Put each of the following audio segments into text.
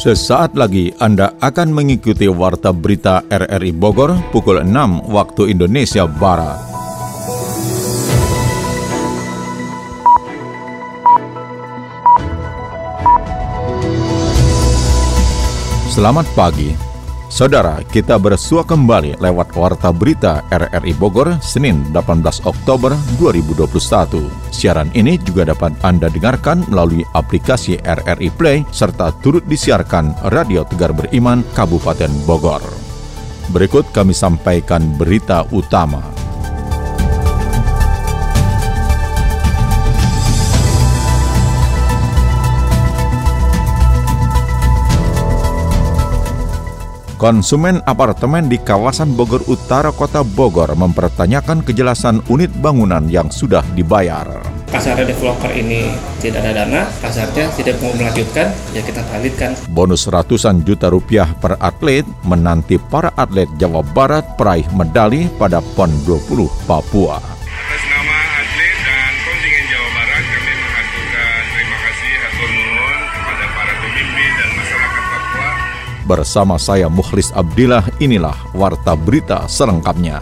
Sesaat lagi Anda akan mengikuti Warta Berita RRI Bogor pukul 6 waktu Indonesia Barat. Selamat pagi. Saudara, kita bersua kembali lewat Warta Berita RRI Bogor, Senin 18 Oktober 2021. Siaran ini juga dapat Anda dengarkan melalui aplikasi RRI Play, serta turut disiarkan Radio Tegar Beriman Kabupaten Bogor. Berikut kami sampaikan berita utama. Konsumen apartemen di kawasan Bogor Utara, Kota Bogor mempertanyakan kejelasan unit bangunan yang sudah dibayar. Kasarnya developer ini tidak ada dana, kasarnya tidak mau melanjutkan, ya kita validkan. Bonus ratusan juta rupiah per atlet menanti para atlet Jawa Barat peraih medali pada PON 20 Papua. Atas nama atlet dan kontingen Jawa Barat, kami mengaturkan terima kasih hatur nuhun kepada para pemimpin dan masyarakat Papua. Bersama saya Mukhlis Abdillah, inilah Warta Berita selengkapnya.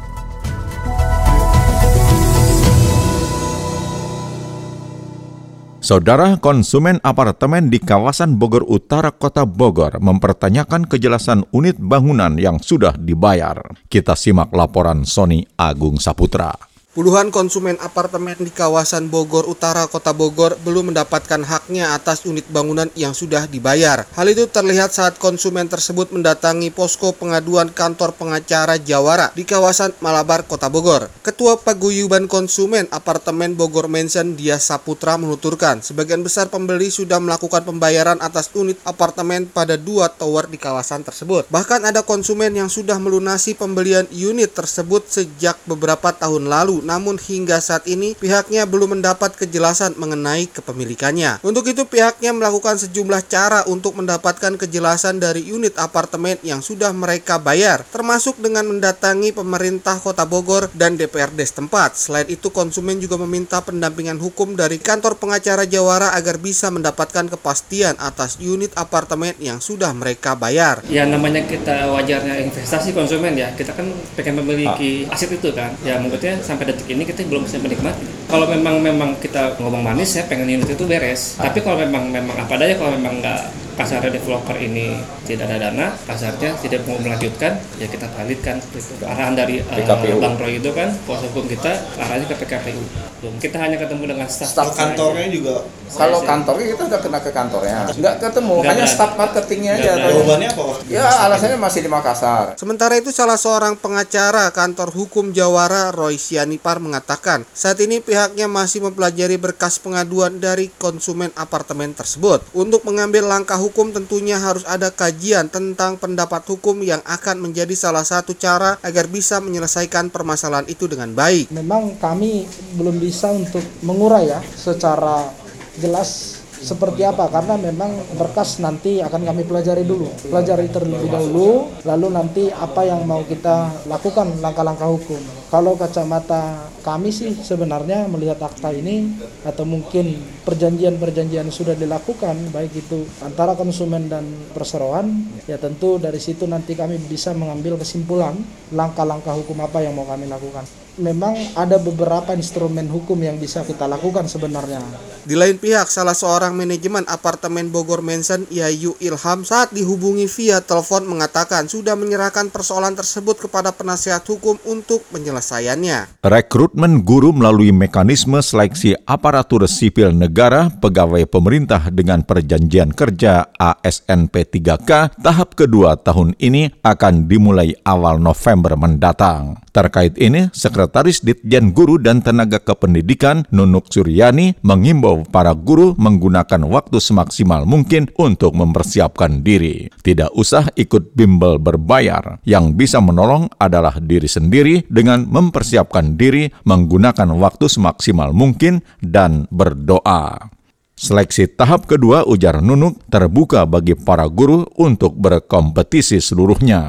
Saudara, konsumen apartemen di kawasan Bogor Utara, Kota Bogor mempertanyakan kejelasan unit bangunan yang sudah dibayar. Kita simak laporan Sony Agung Saputra. Puluhan konsumen apartemen di kawasan Bogor Utara, Kota Bogor belum mendapatkan haknya atas unit bangunan yang sudah dibayar. Hal itu terlihat saat konsumen tersebut mendatangi posko pengaduan kantor pengacara Jawara di kawasan Malabar, Kota Bogor. Ketua Paguyuban Konsumen Apartemen Bogor Mansion Dia Saputra menuturkan, sebagian besar pembeli sudah melakukan pembayaran atas unit apartemen pada 2 tower di kawasan tersebut. Bahkan ada konsumen yang sudah melunasi pembelian unit tersebut sejak beberapa tahun lalu. Namun hingga saat ini pihaknya belum mendapat kejelasan mengenai kepemilikannya. Untuk itu pihaknya melakukan sejumlah cara untuk mendapatkan kejelasan dari unit apartemen yang sudah mereka bayar, termasuk dengan mendatangi pemerintah Kota Bogor dan DPRD setempat. Selain itu konsumen juga meminta pendampingan hukum dari kantor pengacara Jawara agar bisa mendapatkan kepastian atas unit apartemen yang sudah mereka bayar. Ya namanya kita wajarnya investasi konsumen ya, kita kan pengen memiliki aset itu kan. Ya maksudnya sampai detik ini kita belum bisa menikmati. Kalau memang kita ngomong manis ya pengen unit itu beres. Tapi kalau memang apa adanya, kalau memang nggak kasarnya developer ini tidak ada dana, kasarnya tidak mau melanjutkan, ya kita validkan. Itu arahan dari Bang Roy itu kan, kuasa hukum kita arahnya ke PKPU. Kita hanya ketemu dengan staf kantornya aja. Juga. Kalau kantornya kita udah kena ke kantornya. Nggak ketemu, hanya staf marketingnya aja. Jawabannya apa? Ya alasannya masih di Makassar. Sementara itu salah seorang pengacara kantor hukum Jawara, Roy Sianipar, mengatakan saat ini pihaknya masih mempelajari berkas pengaduan dari konsumen apartemen tersebut. Untuk mengambil langkah hukum tentunya harus ada kajian tentang pendapat hukum yang akan menjadi salah satu cara agar bisa menyelesaikan permasalahan itu dengan baik. Memang kami belum bisa untuk mengurai ya secara jelas seperti apa, karena memang berkas nanti akan kami pelajari terlebih dahulu, lalu nanti apa yang mau kita lakukan langkah-langkah hukum. Kalau kacamata kami sih sebenarnya melihat akta ini atau mungkin perjanjian sudah dilakukan baik itu antara konsumen dan perseroan, ya tentu dari situ nanti kami bisa mengambil kesimpulan langkah-langkah hukum apa yang mau kami lakukan. Memang ada beberapa instrumen hukum yang bisa kita lakukan sebenarnya. Di lain pihak, salah seorang manajemen apartemen Bogor Mansion, Yayu Ilham, saat dihubungi via telepon mengatakan sudah menyerahkan persoalan tersebut kepada penasihat hukum untuk penyelesaiannya. Rekrutmen guru melalui mekanisme seleksi aparatur sipil negara pegawai pemerintah dengan perjanjian kerja ASN P3K tahap kedua tahun ini akan dimulai awal November mendatang. Terkait ini, Sekretaris Ditjen Guru dan Tenaga Kependidikan Nunuk Suryani mengimbau para guru menggunakan waktu semaksimal mungkin untuk mempersiapkan diri. Tidak usah ikut bimbel berbayar. Yang bisa menolong adalah diri sendiri dengan mempersiapkan diri, menggunakan waktu semaksimal mungkin, dan berdoa. Seleksi tahap kedua, ujar Nunuk, terbuka bagi para guru untuk berkompetisi seluruhnya.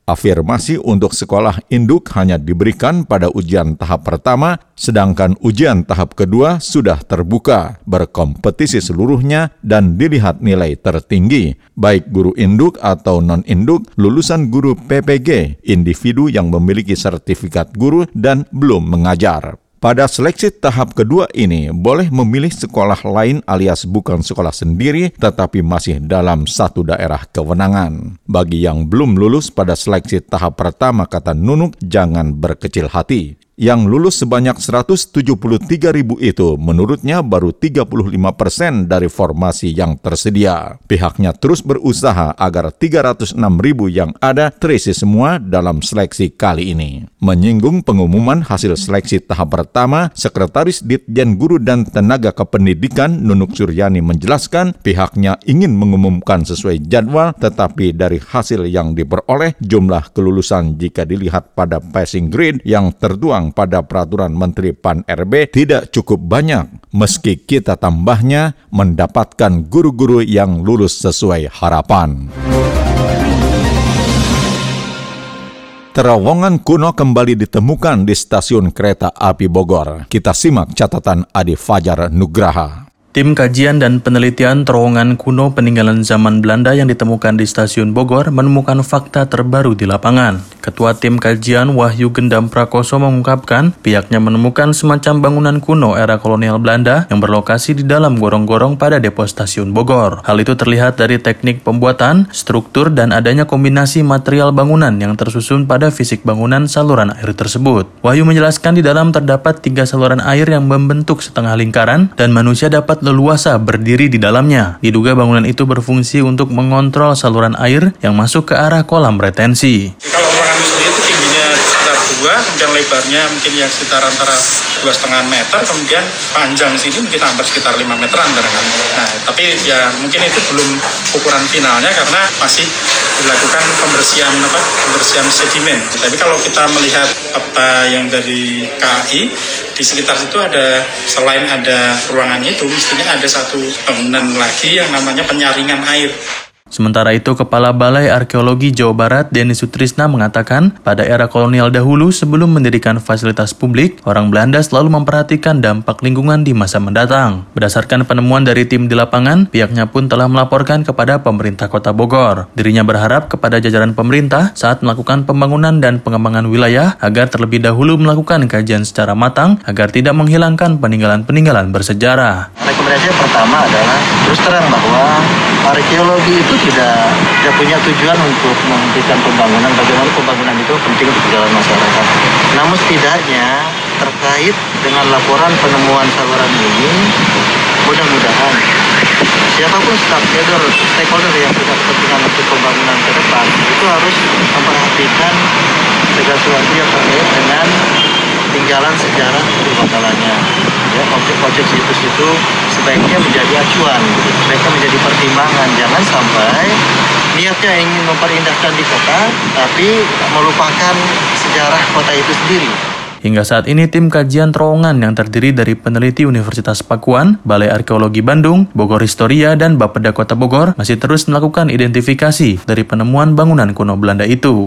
Afirmasi untuk sekolah induk hanya diberikan pada ujian tahap pertama, sedangkan ujian tahap kedua sudah terbuka, berkompetisi seluruhnya dan dilihat nilai tertinggi, baik guru induk atau non-induk, lulusan guru PPG, individu yang memiliki sertifikat guru dan belum mengajar. Pada seleksi tahap kedua ini, boleh memilih sekolah lain alias bukan sekolah sendiri, tetapi masih dalam satu daerah kewenangan. Bagi yang belum lulus pada seleksi tahap pertama, kata Nunuk, jangan berkecil hati. Yang lulus sebanyak 173.000 itu menurutnya baru 35% dari formasi yang tersedia. Pihaknya terus berusaha agar 306.000 yang ada terisi semua dalam seleksi kali ini. Menyinggung pengumuman hasil seleksi tahap pertama, Sekretaris Ditjen Guru dan Tenaga Kependidikan Nunuk Suryani menjelaskan pihaknya ingin mengumumkan sesuai jadwal, tetapi dari hasil yang diperoleh, jumlah kelulusan jika dilihat pada passing grade yang tertuang pada peraturan Menteri Pan-RB tidak cukup banyak, meski kita tambahnya mendapatkan guru-guru yang lulus sesuai harapan. Terowongan kuno kembali ditemukan di stasiun kereta api Bogor. Kita simak catatan Adi Fajar Nugraha. Tim kajian dan penelitian terowongan kuno peninggalan zaman Belanda yang ditemukan di stasiun Bogor menemukan fakta terbaru di lapangan. Ketua tim kajian Wahyu Gendam Prakoso mengungkapkan pihaknya menemukan semacam bangunan kuno era kolonial Belanda yang berlokasi di dalam gorong-gorong pada depo stasiun Bogor. Hal itu terlihat dari teknik pembuatan, struktur, dan adanya kombinasi material bangunan yang tersusun pada fisik bangunan saluran air tersebut. Wahyu menjelaskan di dalam terdapat 3 saluran air yang membentuk setengah lingkaran dan manusia dapat leluasa berdiri di dalamnya. Diduga bangunan itu berfungsi untuk mengontrol saluran air yang masuk ke arah kolam retensi. Kalau ruangan sendiri itu tingginya sekitar 2, kemudian lebarnya mungkin ya sekitar antara 2,5 meter, kemudian panjang sini mungkin hampir sekitar 5 meteran barangkali. Nah, tapi ya mungkin itu belum ukuran finalnya karena masih dilakukan pembersihan sedimen. Tapi kalau kita melihat apa yang dari KAI, di sekitar situ ada, selain ada ruangannya itu, mestinya ada satu bangunan lagi yang namanya penyaringan air. Sementara itu, Kepala Balai Arkeologi Jawa Barat, Denny Sutrisna, mengatakan pada era kolonial dahulu sebelum mendirikan fasilitas publik, orang Belanda selalu memperhatikan dampak lingkungan di masa mendatang. Berdasarkan penemuan dari tim di lapangan, pihaknya pun telah melaporkan kepada pemerintah Kota Bogor. Dirinya berharap kepada jajaran pemerintah saat melakukan pembangunan dan pengembangan wilayah agar terlebih dahulu melakukan kajian secara matang agar tidak menghilangkan peninggalan-peninggalan bersejarah. Rekomendasi pertama adalah terus terang bahwa arkeologi itu tidak punya tujuan untuk menghentikan pembangunan. Bagaimana pembangunan itu penting untuk jalan masyarakat. Namun setidaknya terkait dengan laporan penemuan saluran ini, mudah-mudahan siapapun stakeholder yang punya kepentingan untuk pembangunan ke depan itu harus memperhatikan segala sesuatu yang terkait dengan tinggalan sejarah purbakalanya. Ya, objek-objek situs itu sebaiknya menjadi acuan, sebaiknya menjadi pertimbangan. Jangan sampai niatnya ingin memperindahkan di kota, tapi melupakan sejarah kota itu sendiri. Hingga saat ini, tim kajian terowongan yang terdiri dari peneliti Universitas Pakuan, Balai Arkeologi Bandung, Bogor Historia, dan Bapeda Kota Bogor masih terus melakukan identifikasi dari penemuan bangunan kuno Belanda itu.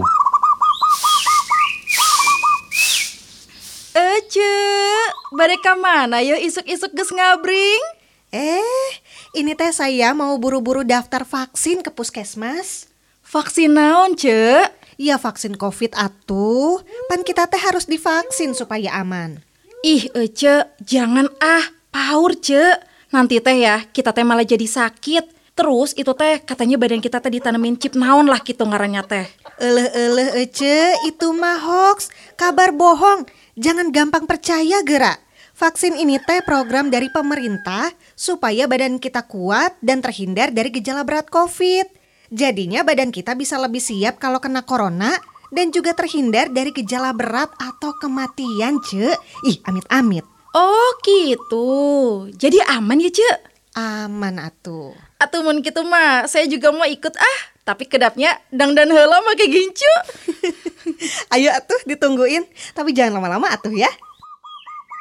Bareka mana yo isuk-isuk geus ngabring? Ini teh saya mau buru-buru daftar vaksin ke puskesmas. Vaksin naon, Cek? Ya vaksin COVID atuh. Pan kita teh harus divaksin supaya aman. Ih, Ece, jangan paur, Cek. Nanti teh ya, kita teh malah jadi sakit. Terus itu teh katanya badan kita teh ditanemin chip naon lah gitu ngarannya teh. Ece, itu mah hoax, kabar bohong. Jangan gampang percaya gerak. Vaksin ini teh program dari pemerintah supaya badan kita kuat dan terhindar dari gejala berat COVID. Jadinya badan kita bisa lebih siap kalau kena corona dan juga terhindar dari gejala berat atau kematian, Cek. Ih, amit-amit. Oh gitu, jadi aman ya, Cek? Aman atuh. Atuh mun kitu mah saya juga mau ikut tapi kedapnya dangdan heula mah kayak gincu. Ayo atuh ditungguin, tapi jangan lama-lama atuh ya.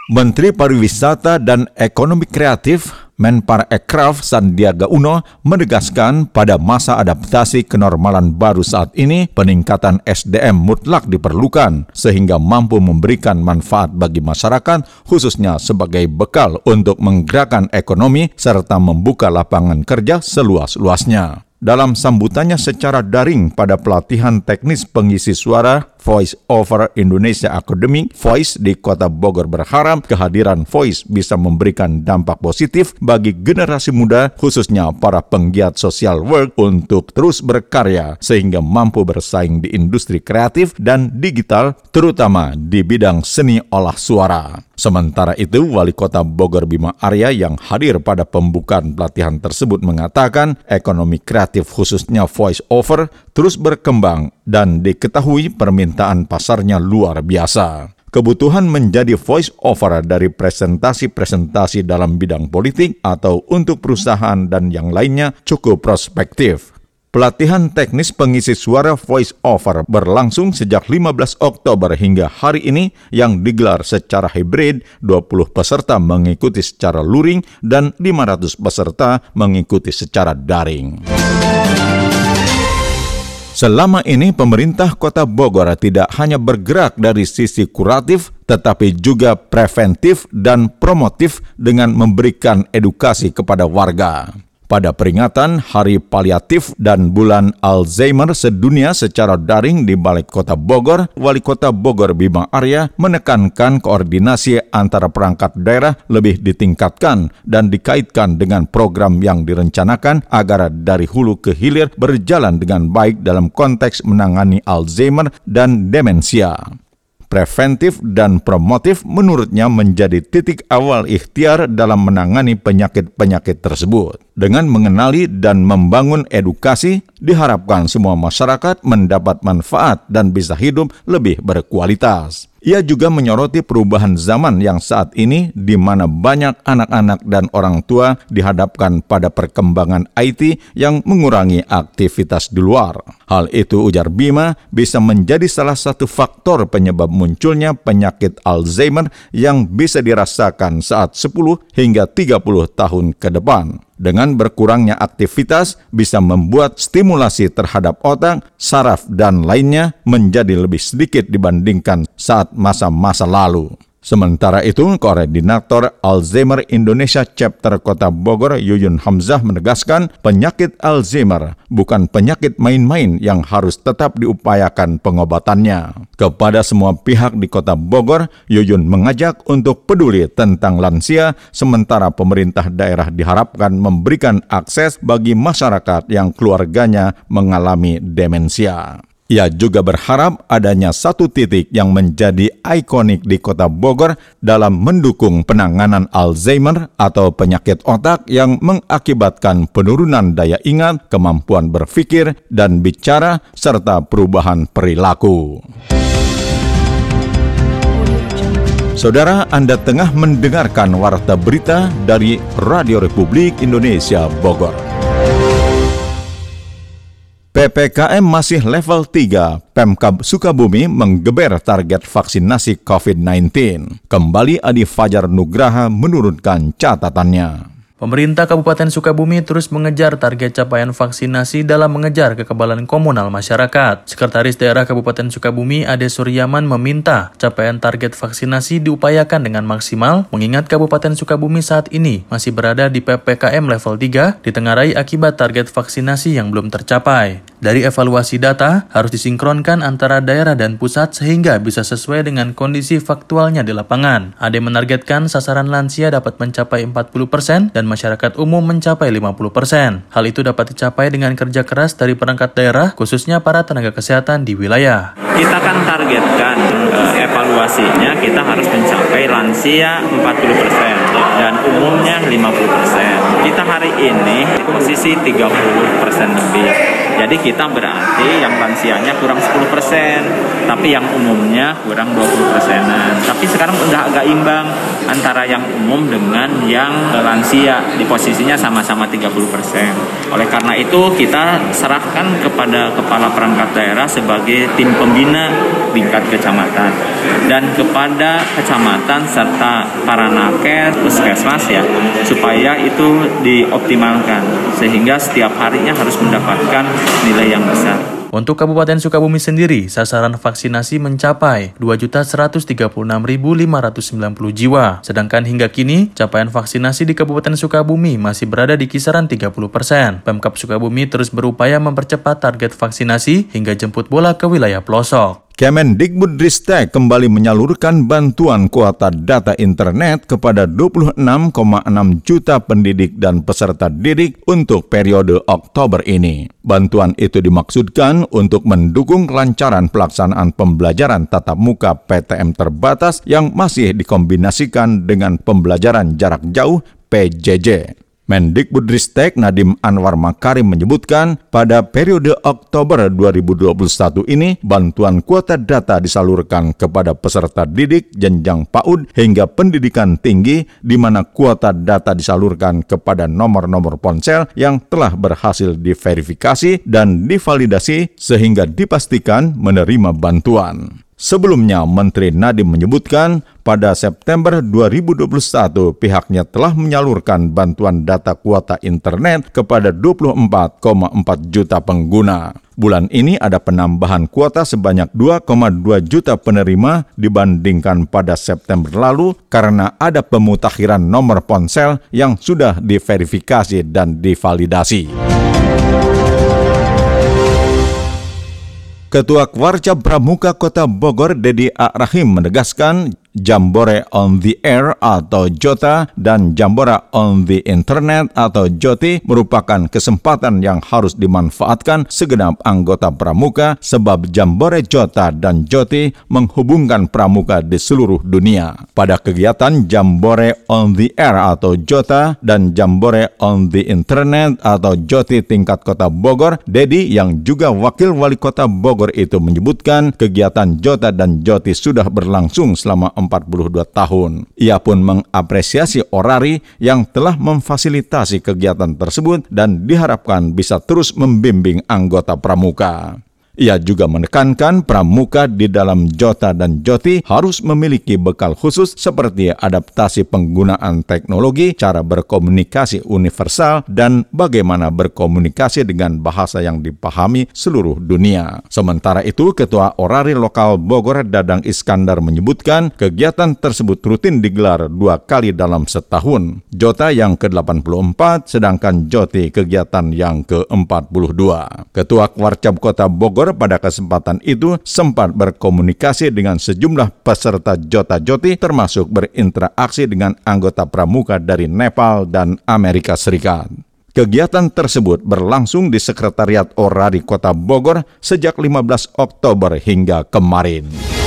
Menteri Pariwisata dan Ekonomi Kreatif Menparekraf Sandiaga Uno menegaskan pada masa adaptasi kenormalan baru saat ini peningkatan SDM mutlak diperlukan sehingga mampu memberikan manfaat bagi masyarakat khususnya sebagai bekal untuk menggerakkan ekonomi serta membuka lapangan kerja seluas-luasnya. Dalam sambutannya secara daring pada pelatihan teknis pengisi suara Voice Over Indonesia Academy, Voice di Kota Bogor berharap kehadiran Voice bisa memberikan dampak positif bagi generasi muda khususnya para penggiat social work untuk terus berkarya sehingga mampu bersaing di industri kreatif dan digital terutama di bidang seni olah suara. Sementara itu, Wali Kota Bogor Bima Arya yang hadir pada pembukaan pelatihan tersebut mengatakan ekonomi kreatif khususnya voice over terus berkembang dan diketahui permintaan pasarnya luar biasa. Kebutuhan menjadi voice over dari presentasi-presentasi dalam bidang politik atau untuk perusahaan dan yang lainnya cukup prospektif. Pelatihan teknis pengisi suara voice over berlangsung sejak 15 Oktober hingga hari ini yang digelar secara hibrid, 20 peserta mengikuti secara luring dan 500 peserta mengikuti secara daring. Selama ini pemerintah Kota Bogor tidak hanya bergerak dari sisi kuratif tetapi juga preventif dan promotif dengan memberikan edukasi kepada warga. Pada peringatan Hari Paliatif dan Bulan Alzheimer Sedunia secara daring di Balai Kota Bogor, Wali Kota Bogor Bima Arya menekankan koordinasi antara perangkat daerah lebih ditingkatkan dan dikaitkan dengan program yang direncanakan agar dari hulu ke hilir berjalan dengan baik dalam konteks menangani Alzheimer dan demensia. Preventif dan promotif menurutnya menjadi titik awal ikhtiar dalam menangani penyakit-penyakit tersebut. Dengan mengenali dan membangun edukasi, diharapkan semua masyarakat mendapat manfaat dan bisa hidup lebih berkualitas. Ia juga menyoroti perubahan zaman yang saat ini di mana banyak anak-anak dan orang tua dihadapkan pada perkembangan IT yang mengurangi aktivitas di luar. Hal itu, ujar Bima, bisa menjadi salah satu faktor penyebab munculnya penyakit Alzheimer yang bisa dirasakan saat 10 hingga 30 tahun ke depan. Dengan berkurangnya aktivitas bisa membuat stimulasi terhadap otak, saraf, dan lainnya menjadi lebih sedikit dibandingkan saat masa-masa lalu. Sementara itu, Koordinator Alzheimer Indonesia Chapter Kota Bogor Yuyun Hamzah menegaskan penyakit Alzheimer bukan penyakit main-main yang harus tetap diupayakan pengobatannya. Kepada semua pihak di Kota Bogor, Yuyun mengajak untuk peduli tentang lansia, sementara pemerintah daerah diharapkan memberikan akses bagi masyarakat yang keluarganya mengalami demensia. Ia juga berharap adanya satu titik yang menjadi ikonik di Kota Bogor dalam mendukung penanganan Alzheimer atau penyakit otak yang mengakibatkan penurunan daya ingat, kemampuan berpikir dan bicara, serta perubahan perilaku. Saudara, Anda tengah mendengarkan Warta Berita dari Radio Republik Indonesia Bogor. PPKM masih level 3, Pemkab Sukabumi menggeber target vaksinasi COVID-19. Kembali Adi Fajar Nugraha menurunkan catatannya. Pemerintah Kabupaten Sukabumi terus mengejar target capaian vaksinasi dalam mengejar kekebalan komunal masyarakat. Sekretaris Daerah Kabupaten Sukabumi Ade Suryaman meminta capaian target vaksinasi diupayakan dengan maksimal, mengingat Kabupaten Sukabumi saat ini masih berada di PPKM level 3 ditengarai akibat target vaksinasi yang belum tercapai. Dari evaluasi data, harus disinkronkan antara daerah dan pusat sehingga bisa sesuai dengan kondisi faktualnya di lapangan. Ade menargetkan sasaran lansia dapat mencapai 40% dan masyarakat umum mencapai 50%. Hal itu dapat dicapai dengan kerja keras dari perangkat daerah, khususnya para tenaga kesehatan di wilayah. Kita kan targetkan evaluasinya kita harus mencapai lansia 40% dan umumnya 50%. Kita hari ini posisi 30% lebih. Jadi kita berarti yang lansianya kurang 10%, tapi yang umumnya kurang 20%-an. Tapi sekarang udah agak imbang antara yang umum dengan yang lansia, di posisinya sama-sama 30%. Oleh karena itu kita serahkan kepada kepala perangkat daerah sebagai tim pembina tingkat kecamatan dan kepada kecamatan serta para nakes puskesmas ya, supaya itu dioptimalkan sehingga setiap harinya harus mendapatkan nilai yang besar. Untuk Kabupaten Sukabumi sendiri, sasaran vaksinasi mencapai 2.136.590 jiwa. Sedangkan hingga kini, capaian vaksinasi di Kabupaten Sukabumi masih berada di kisaran 30%. Pemkab Sukabumi terus berupaya mempercepat target vaksinasi hingga jemput bola ke wilayah pelosok. Kemendikbudristek kembali menyalurkan bantuan kuota data internet kepada 26,6 juta pendidik dan peserta didik untuk periode Oktober ini. Bantuan itu dimaksudkan untuk mendukung kelancaran pelaksanaan pembelajaran tatap muka PTM terbatas yang masih dikombinasikan dengan pembelajaran jarak jauh PJJ. Mendikbudristek Nadiem Anwar Makarim menyebutkan pada periode Oktober 2021 ini bantuan kuota data disalurkan kepada peserta didik jenjang PAUD hingga pendidikan tinggi di mana kuota data disalurkan kepada nomor-nomor ponsel yang telah berhasil diverifikasi dan divalidasi sehingga dipastikan menerima bantuan. Sebelumnya, Menteri Nadiem menyebutkan pada September 2021 pihaknya telah menyalurkan bantuan data kuota internet kepada 24,4 juta pengguna. Bulan ini ada penambahan kuota sebanyak 2,2 juta penerima dibandingkan pada September lalu karena ada pemutakhiran nomor ponsel yang sudah diverifikasi dan divalidasi. Ketua Kwarca Pramuka Kota Bogor Dedi A. Rahim menegaskan Jambore on the Air atau JOTA dan Jambora on the Internet atau JOTI merupakan kesempatan yang harus dimanfaatkan segenap anggota Pramuka sebab Jambore JOTA dan JOTI menghubungkan Pramuka di seluruh dunia. Pada kegiatan Jambore on the Air atau JOTA dan Jambore on the Internet atau JOTI tingkat Kota Bogor, Dedi yang juga Wakil Wali Kota Bogor itu menyebutkan kegiatan JOTA dan JOTI sudah berlangsung selama 42 tahun. Ia pun mengapresiasi Orari yang telah memfasilitasi kegiatan tersebut dan diharapkan bisa terus membimbing anggota Pramuka. Ia juga menekankan Pramuka di dalam JOTA dan JOTI harus memiliki bekal khusus seperti adaptasi penggunaan teknologi, cara berkomunikasi universal, dan bagaimana berkomunikasi dengan bahasa yang dipahami seluruh dunia. Sementara itu, Ketua Orari Lokal Bogor Dadang Iskandar menyebutkan kegiatan tersebut rutin digelar 2 kali dalam setahun. JOTA yang ke-84, sedangkan JOTI kegiatan yang ke-42. Ketua Kwarcap Kota Bogor pada kesempatan itu sempat berkomunikasi dengan sejumlah peserta JOTA-JOTI termasuk berinteraksi dengan anggota Pramuka dari Nepal dan Amerika Serikat. Kegiatan tersebut berlangsung di Sekretariat Orari Kota Bogor sejak 15 Oktober hingga kemarin.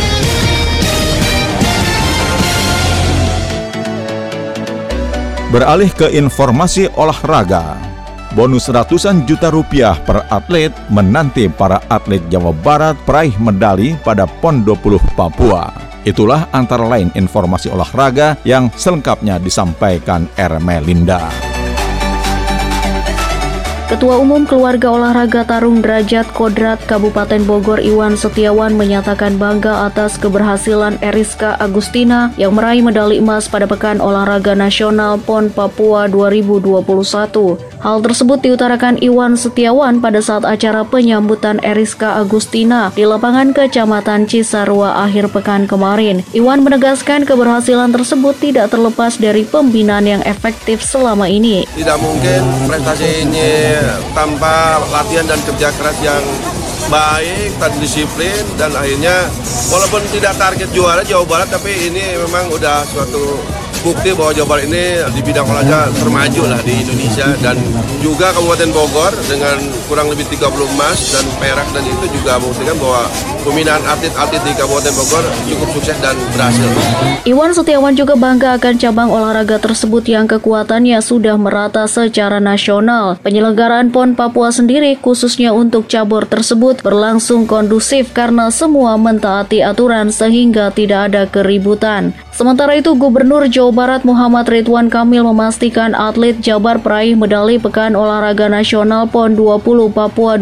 Beralih ke informasi olahraga. Bonus ratusan juta rupiah per atlet menanti para atlet Jawa Barat peraih medali pada PON 20 Papua. Itulah antara lain informasi olahraga yang selengkapnya disampaikan Ermelinda. Ketua Umum Keluarga Olahraga Tarung Derajat Kodrat Kabupaten Bogor Iwan Setiawan menyatakan bangga atas keberhasilan Eriska Agustina yang meraih medali emas pada Pekan Olahraga Nasional PON Papua 2021. Hal tersebut diutarakan Iwan Setiawan pada saat acara penyambutan Eriska Agustina di lapangan Kecamatan Cisarua akhir pekan kemarin. Iwan menegaskan keberhasilan tersebut tidak terlepas dari pembinaan yang efektif selama ini. Tidak mungkin prestasi ini tanpa latihan dan kerja keras yang baik, dan disiplin, dan akhirnya walaupun tidak target juara Jawa Barat, tapi ini memang udah suatu bukti bahwa Jawa Barat ini di bidang olahraga termaju lah di Indonesia, dan juga Kabupaten Bogor dengan kurang lebih 30 emas dan perak, dan itu juga membuktikan bahwa pembinaan atlet-atlet di Kabupaten Bogor cukup sukses dan berhasil. Iwan Setiawan juga bangga akan cabang olahraga tersebut yang kekuatannya sudah merata secara nasional. Penyelenggaraan PON Papua sendiri khususnya untuk cabur tersebut berlangsung kondusif karena semua mentaati aturan sehingga tidak ada keributan. Sementara itu, Gubernur Jawa Barat Muhammad Ridwan Kamil memastikan atlet Jabar peraih medali Pekan Olahraga Nasional PON 20 Papua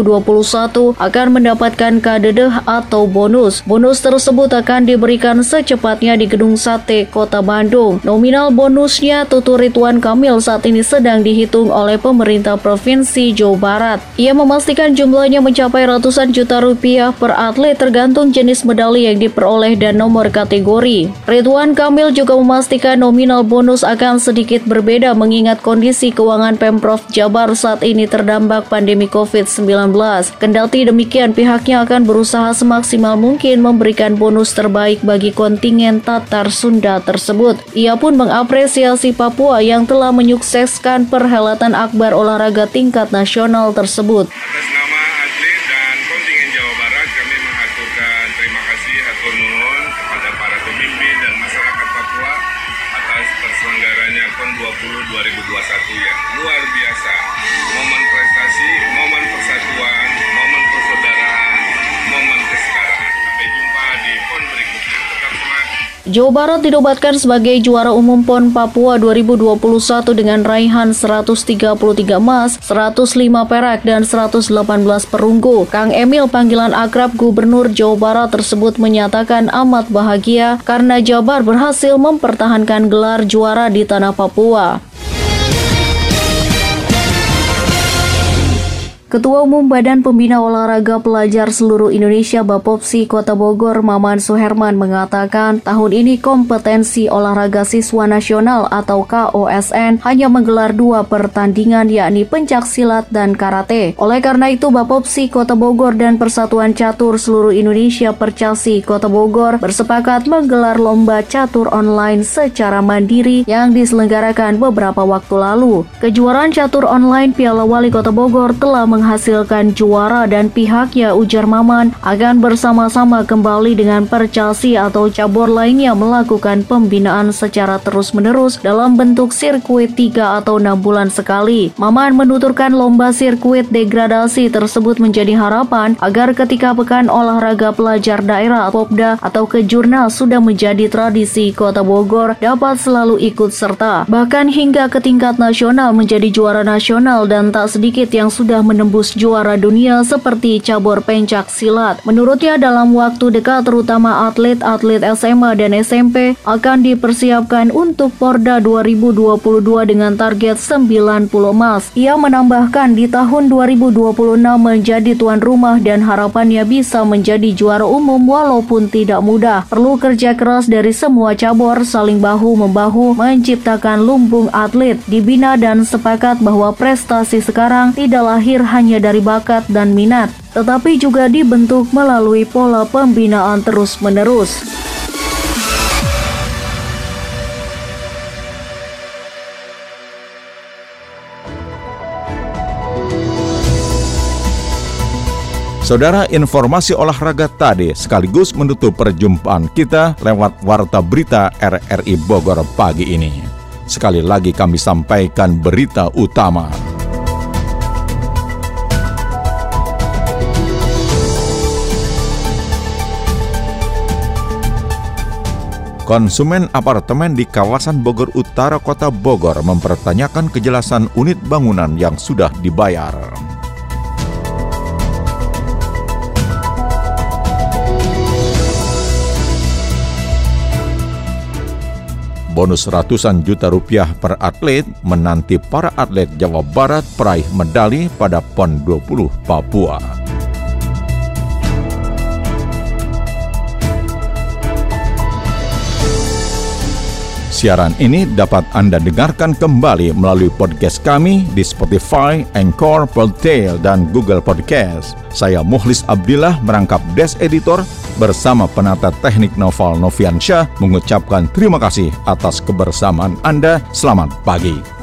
2021 akan mendapatkan KDDH atau bonus. Bonus tersebut akan diberikan secepatnya di Gedung Sate, Kota Bandung. Nominal bonusnya, tutur Ridwan Kamil, saat ini sedang dihitung oleh pemerintah Provinsi Jawa Barat. Ia memastikan jumlahnya mencapai ratusan juta rupiah per atlet tergantung jenis medali yang diperoleh dan nomor kategori. Ridwan Kamil juga memastikan nominal bonus akan sedikit berbeda mengingat kondisi keuangan Pemprov Jabar saat ini terdampak pandemi COVID-19. Kendati demikian, pihaknya akan berusaha semaksimal mungkin memberikan bonus terbaik bagi kontingen Tatar Sunda tersebut. Ia pun mengapresiasi Papua yang telah menyukseskan perhelatan akbar olahraga tingkat nasional tersebut. Atas nama atlet dan kontingen Jawa Barat, kami mengaturkan terima kasih hatur nuhun kepada para pemimpin dan masyarakat Papua atas terselenggaranya PON 20 2021 yang luar biasa. Momen prestasi, momen persatuan, momen persaudaraan, momen kesetaraan. Sampai jumpa di PON berikutnya. Tetap semangat. Jawa Barat dinobatkan sebagai juara umum PON Papua 2021 dengan raihan 133 emas, 105 perak, dan 118 perunggu. Kang Emil, panggilan akrab Gubernur Jawa Barat tersebut, menyatakan amat bahagia karena Jabar berhasil mempertahankan gelar juara di tanah Papua. Ketua Umum Badan Pembina Olahraga Pelajar Seluruh Indonesia Bapopsi Kota Bogor, Maman Suherman, mengatakan tahun ini kompetensi olahraga siswa nasional atau KOSN hanya menggelar 2 pertandingan, yakni pencaksilat dan karate. Oleh karena itu, Bapopsi Kota Bogor dan Persatuan Catur Seluruh Indonesia Percasi Kota Bogor bersepakat menggelar lomba catur online secara mandiri yang diselenggarakan beberapa waktu lalu. Kejuaraan catur online Piala Wali Kota Bogor telah menghasilkan juara dan pihaknya, ujar Maman, akan bersama-sama kembali dengan Percasi atau cabur lainnya melakukan pembinaan secara terus-menerus dalam bentuk sirkuit 3 atau 6 bulan sekali. Maman menuturkan lomba sirkuit degradasi tersebut menjadi harapan agar ketika Pekan Olahraga Pelajar Daerah Popda atau Kejurnas sudah menjadi tradisi Kota Bogor dapat selalu ikut serta, bahkan hingga ke tingkat nasional menjadi juara nasional, dan tak sedikit yang sudah menembus juara dunia seperti cabur pencak silat. Menurutnya, dalam waktu dekat terutama atlet-atlet SMA dan SMP akan dipersiapkan untuk Porda 2022 dengan target 90 emas. Ia menambahkan di tahun 2026 menjadi tuan rumah dan harapannya bisa menjadi juara umum walaupun tidak mudah. Perlu kerja keras dari semua cabur, saling bahu-membahu menciptakan lumbung atlet, dibina dan sepakat bahwa prestasi sekarang tidak lahir hanya dari bakat dan minat, tetapi juga dibentuk melalui pola pembinaan terus-menerus. Saudara, informasi olahraga tadi sekaligus menutup perjumpaan kita lewat Warta Berita RRI Bogor pagi ini. Sekali lagi kami sampaikan berita utama. Konsumen apartemen di kawasan Bogor Utara, Kota Bogor mempertanyakan kejelasan unit bangunan yang sudah dibayar. Bonus ratusan juta rupiah per atlet menanti para atlet Jawa Barat peraih medali pada PON 20 Papua. Siaran ini dapat Anda dengarkan kembali melalui podcast kami di Spotify, Anchor, Podtail, dan Google Podcast. Saya Mukhlis Abdillah merangkap Desk Editor. bersama penata teknik Noval Noviansyah mengucapkan terima kasih atas kebersamaan Anda. Selamat pagi.